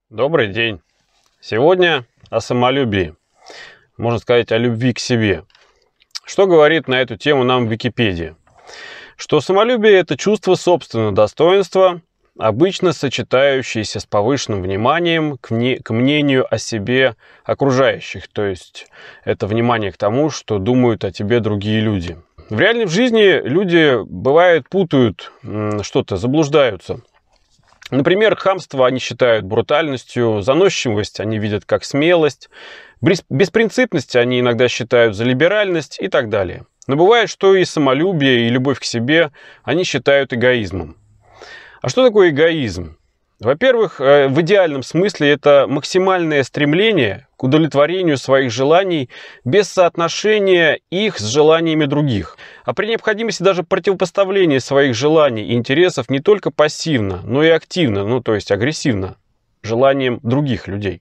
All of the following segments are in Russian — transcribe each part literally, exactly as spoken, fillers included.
Добрый день. Сегодня о самолюбии. Можно сказать, о любви к себе. Что говорит на эту тему нам Википедия? Что самолюбие – это чувство собственного достоинства, обычно сочетающееся с повышенным вниманием к, не, к мнению о себе окружающих. То есть это внимание к тому, что думают о тебе другие люди. В реальной жизни люди, бывает, путают что-то, заблуждаются. Например, хамство они считают брутальностью, заносчивость они видят как смелость, беспринципность они иногда считают за либеральность и так далее. Но бывает, что и самолюбие, и любовь к себе они считают эгоизмом. А что такое эгоизм? Во-первых, в идеальном смысле это максимальное стремление к удовлетворению своих желаний без соотношения их с желаниями других. А при необходимости даже противопоставление своих желаний и интересов не только пассивно, но и активно, ну то есть агрессивно, желаниям других людей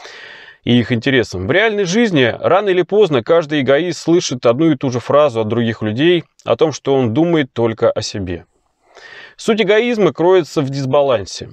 и их интересам. В реальной жизни рано или поздно каждый эгоист слышит одну и ту же фразу от других людей о том, что он думает только о себе. Суть эгоизма кроется в дисбалансе.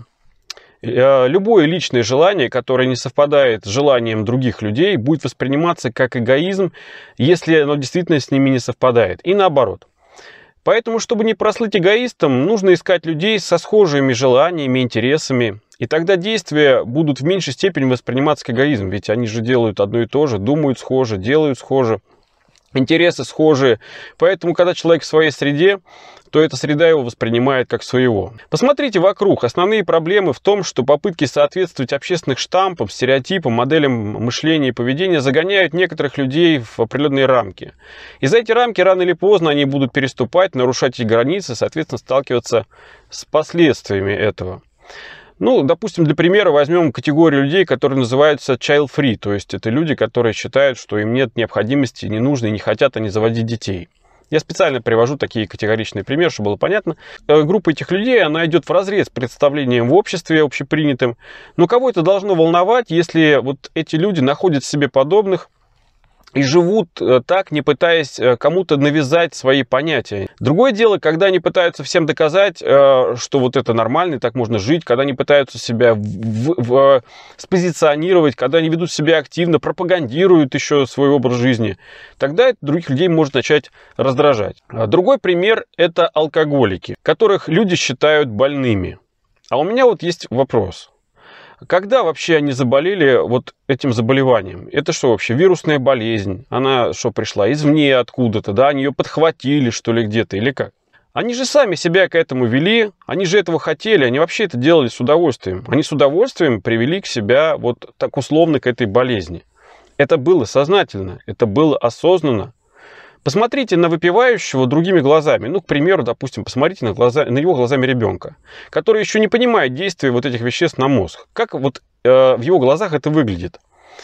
Любое личное желание, которое не совпадает с желанием других людей, будет восприниматься как эгоизм, если оно действительно с ними не совпадает. И наоборот. Поэтому, чтобы не прослыть эгоистом, нужно искать людей со схожими желаниями, интересами. И тогда действия будут в меньшей степени восприниматься как эгоизм. Ведь они же делают одно и то же, думают схоже, делают схоже. Интересы схожие. Поэтому, когда человек в своей среде, то эта среда его воспринимает как своего. Посмотрите вокруг. Основные проблемы в том, что попытки соответствовать общественным штампам, стереотипам, моделям мышления и поведения загоняют некоторых людей в определенные рамки. И за эти рамки рано или поздно они будут переступать, нарушать эти границы, соответственно, сталкиваться с последствиями этого. Ну, допустим, для примера возьмем категорию людей, которые называются child-free, то есть это люди, которые считают, что им нет необходимости, не нужно и не хотят они заводить детей. Я специально привожу такие категоричные примеры, чтобы было понятно. Группа этих людей, она идет вразрез с представлением в обществе общепринятым. Но кого это должно волновать, если вот эти люди находят в себе подобных и живут так, не пытаясь кому-то навязать свои понятия. Другое дело, когда они пытаются всем доказать, что вот это нормально, и так можно жить, когда они пытаются себя в, в, спозиционировать, когда они ведут себя активно, пропагандируют еще свой образ жизни, тогда это других людей может начать раздражать. Другой пример – это алкоголики, которых люди считают больными. А у меня вот есть вопрос. Когда вообще они заболели вот этим заболеванием? Это что вообще, вирусная болезнь? Она что, пришла извне откуда-то, да? Они ее подхватили, что ли, где-то, или как? Они же сами себя к этому вели, они же этого хотели, они вообще это делали с удовольствием. Они с удовольствием привели к себя вот так условно к этой болезни. Это было сознательно, это было осознанно. Посмотрите на выпивающего другими глазами. Ну, к примеру, допустим, посмотрите на, глаза, на него глазами ребенка, который еще не понимает действия вот этих веществ на мозг. Как вот э, в его глазах это выглядит?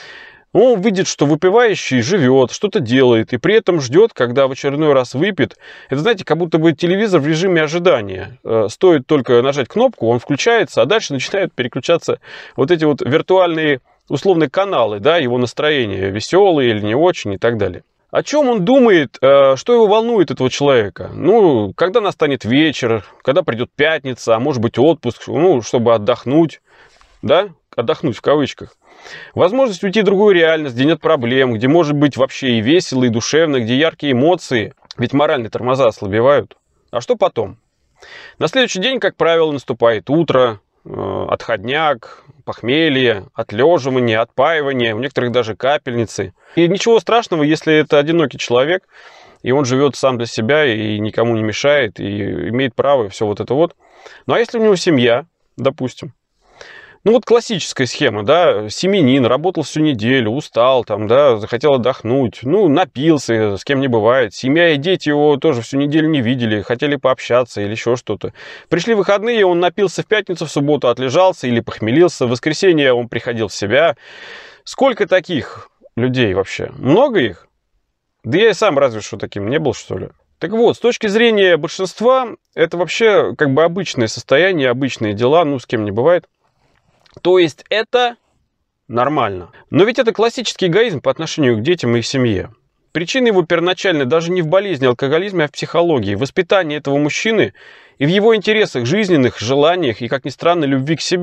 Он видит, что выпивающий живет, что-то делает, и при этом ждет, когда в очередной раз выпьет. Это, знаете, как будто бы телевизор в режиме ожидания. Э, стоит только нажать кнопку, он включается, а дальше начинают переключаться вот эти вот виртуальные условные каналы, да, его настроения, веселые или не очень и так далее. О чем он думает, что его волнует этого человека? Ну, когда настанет вечер, когда придет пятница, а может быть отпуск, ну, чтобы отдохнуть, да, отдохнуть в кавычках. Возможность уйти в другую реальность, где нет проблем, где может быть вообще и весело, и душевно, где яркие эмоции, ведь моральные тормоза ослабевают. А что потом? На следующий день, как правило, наступает утро, отходняк, похмелье, отлеживание, отпаивание, у некоторых даже капельницы. И ничего страшного, если это одинокий человек, и он живет сам для себя, и никому не мешает, и имеет право, и все вот это вот. Ну а если у него семья, допустим, ну вот классическая схема, да, семьянин, работал всю неделю, устал, там, да, захотел отдохнуть, ну, напился, с кем не бывает. Семья и дети его тоже всю неделю не видели, хотели пообщаться или еще что-то. Пришли выходные, он напился в пятницу, в субботу отлежался или похмелился, в воскресенье он приходил в себя. Сколько таких людей вообще? Много их? Да я и сам разве что таким не был, что ли. Так вот, с точки зрения большинства, это вообще как бы обычное состояние, обычные дела, ну, с кем не бывает. То есть это нормально. Но ведь это классический эгоизм по отношению к детям и их семье. Причина его первоначально даже не в болезни, алкоголизме, а в психологии, в воспитании этого мужчины и в его интересах, жизненных желаниях и, как ни странно, любви к себе. С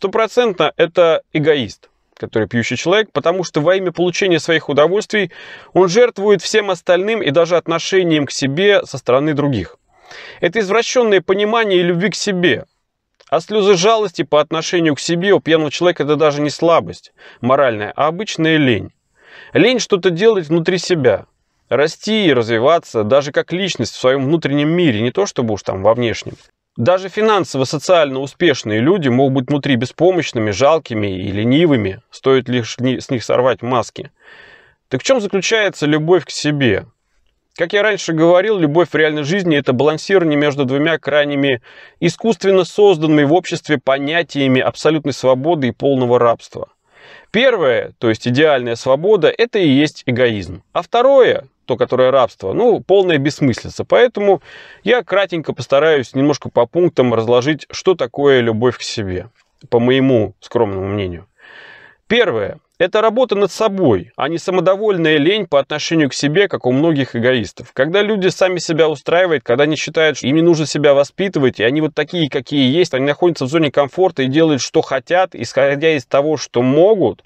Стопроцентно это эгоист, который пьющий человек, потому что во имя получения своих удовольствий он жертвует всем остальным и даже отношением к себе со стороны других. Это извращенное понимание любви к себе. А слезы жалости по отношению к себе у пьяного человека это даже не слабость моральная, а обычная лень. Лень что-то делать внутри себя. Расти и развиваться даже как личность в своем внутреннем мире, не то чтобы уж там во внешнем. Даже финансово-социально успешные люди могут быть внутри беспомощными, жалкими и ленивыми, стоит лишь с них сорвать маски. Так в чем заключается любовь к себе? Как я раньше говорил, любовь в реальной жизни – это балансирование между двумя крайними искусственно созданными в обществе понятиями абсолютной свободы и полного рабства. Первое, то есть идеальная свобода, это и есть эгоизм. А второе, то, которое рабство, ну, полная бессмыслица. Поэтому я кратенько постараюсь немножко по пунктам разложить, что такое любовь к себе, по моему скромному мнению. Первое. Это работа над собой, а не самодовольная лень по отношению к себе, как у многих эгоистов. Когда люди сами себя устраивают, когда они считают, что им не нужно себя воспитывать, и они вот такие, какие есть, они находятся в зоне комфорта и делают, что хотят, исходя из того, что могут,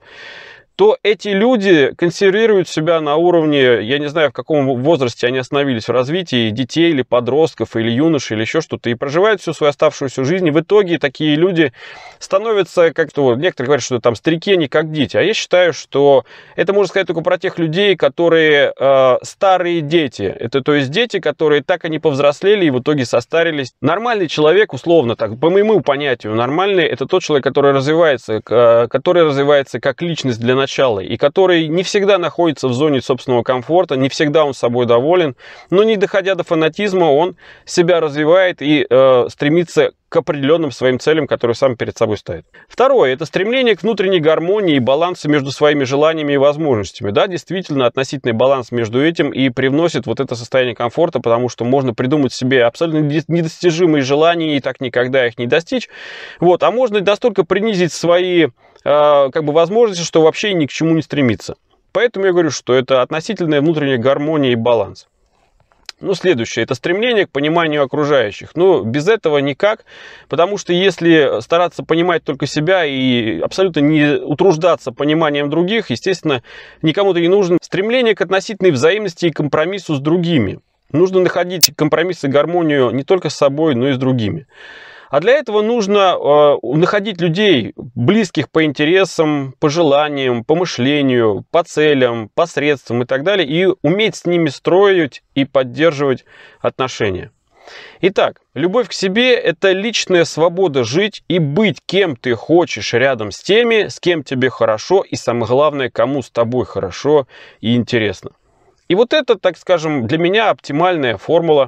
то эти люди консервируют себя на уровне, я не знаю, в каком возрасте они остановились в развитии, детей или подростков, или юношей, или еще что-то, и проживают всю свою оставшуюся жизнь. И в итоге такие люди становятся как-то, некоторые говорят, что там старики не как дети, а я считаю, что это можно сказать только про тех людей, которые э, старые дети. Это то есть дети, которые так и не повзрослели и в итоге состарились. Нормальный человек, условно так, по моему понятию, нормальный, это тот человек, который развивается, э, который развивается как личность для начала, и который не всегда находится в зоне собственного комфорта, не всегда он собой доволен, но не доходя до фанатизма, он себя развивает и э, стремится к определенным своим целям, которые сам перед собой ставит. Второе, это стремление к внутренней гармонии и балансу между своими желаниями и возможностями. Да, действительно, относительный баланс между этим и привносит вот это состояние комфорта, потому что можно придумать себе абсолютно недостижимые желания и так никогда их не достичь. Вот, а можно настолько принизить свои как бы возможности, что вообще ни к чему не стремиться. Поэтому я говорю, что это относительная внутренняя гармония и баланс. Ну, следующее, это стремление к пониманию окружающих. Ну, без этого никак, потому что если стараться понимать только себя и абсолютно не утруждаться пониманием других, естественно, никому-то не нужно. Стремление к относительной взаимности и компромиссу с другими. Нужно находить компромисс и гармонию не только с собой, но и с другими. А для этого нужно э, находить людей, близких по интересам, по желаниям, по мышлению, по целям, по средствам и так далее, и уметь с ними строить и поддерживать отношения. Итак, любовь к себе – это личная свобода жить и быть кем ты хочешь рядом с теми, с кем тебе хорошо, и самое главное, кому с тобой хорошо и интересно. И вот это, так скажем, для меня оптимальная формула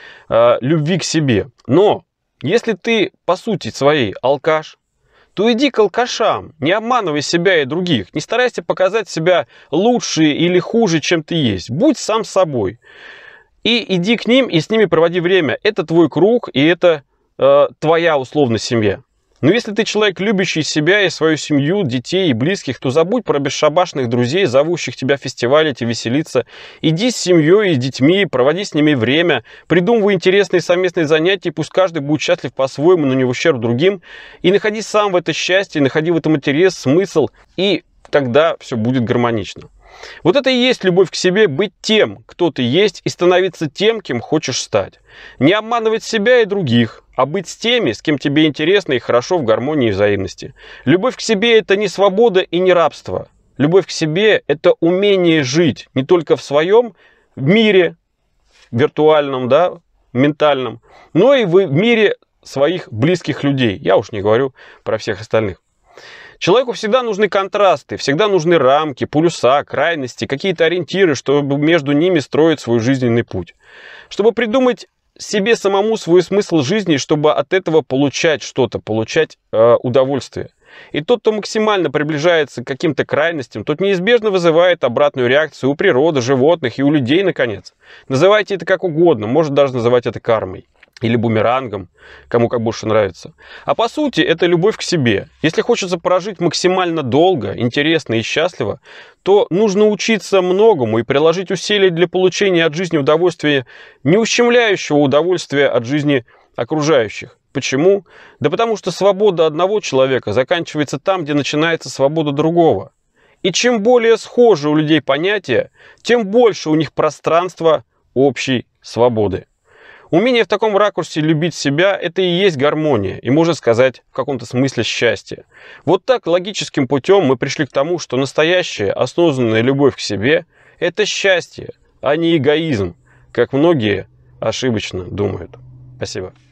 э, любви к себе. Но если ты, по сути своей, алкаш, то иди к алкашам, не обманывай себя и других, не старайся показать себя лучше или хуже, чем ты есть. Будь сам собой. И иди к ним, и с ними проводи время. Это твой круг, и это э, твоя, условно, семья. Но если ты человек, любящий себя и свою семью, детей и близких, то забудь про бесшабашных друзей, зовущих тебя фестивалить и веселиться. Иди с семьей и с детьми, проводи с ними время, придумывай интересные совместные занятия, пусть каждый будет счастлив по-своему, но не в ущерб другим. И находи сам в это счастье, находи в этом интерес, смысл, и тогда все будет гармонично. Вот это и есть любовь к себе, быть тем, кто ты есть, и становиться тем, кем хочешь стать. Не обманывать себя и других, а быть с теми, с кем тебе интересно и хорошо в гармонии и взаимности. Любовь к себе – это не свобода и не рабство. Любовь к себе – это умение жить не только в своем мире, виртуальном, да, ментальном, но и в мире своих близких людей. Я уж не говорю про всех остальных. Человеку всегда нужны контрасты, всегда нужны рамки, полюса, крайности, какие-то ориентиры, чтобы между ними строить свой жизненный путь. Чтобы придумать себе самому свой смысл жизни, чтобы от этого получать что-то, получать э, удовольствие. И тот, кто максимально приближается к каким-то крайностям, тот неизбежно вызывает обратную реакцию у природы, животных и у людей, наконец. Называйте это как угодно, может даже называть это кармой. Или бумерангом, кому как больше нравится. А по сути, это любовь к себе. Если хочется прожить максимально долго, интересно и счастливо, то нужно учиться многому и приложить усилия для получения от жизни удовольствия, не ущемляющего удовольствия от жизни окружающих. Почему? Да потому что свобода одного человека заканчивается там, где начинается свобода другого. И чем более схожи у людей понятия, тем больше у них пространства общей свободы. Умение в таком ракурсе любить себя – это и есть гармония, и, можно сказать, в каком-то смысле счастье. Вот так логическим путем мы пришли к тому, что настоящая, осознанная любовь к себе – это счастье, а не эгоизм, как многие ошибочно думают. Спасибо.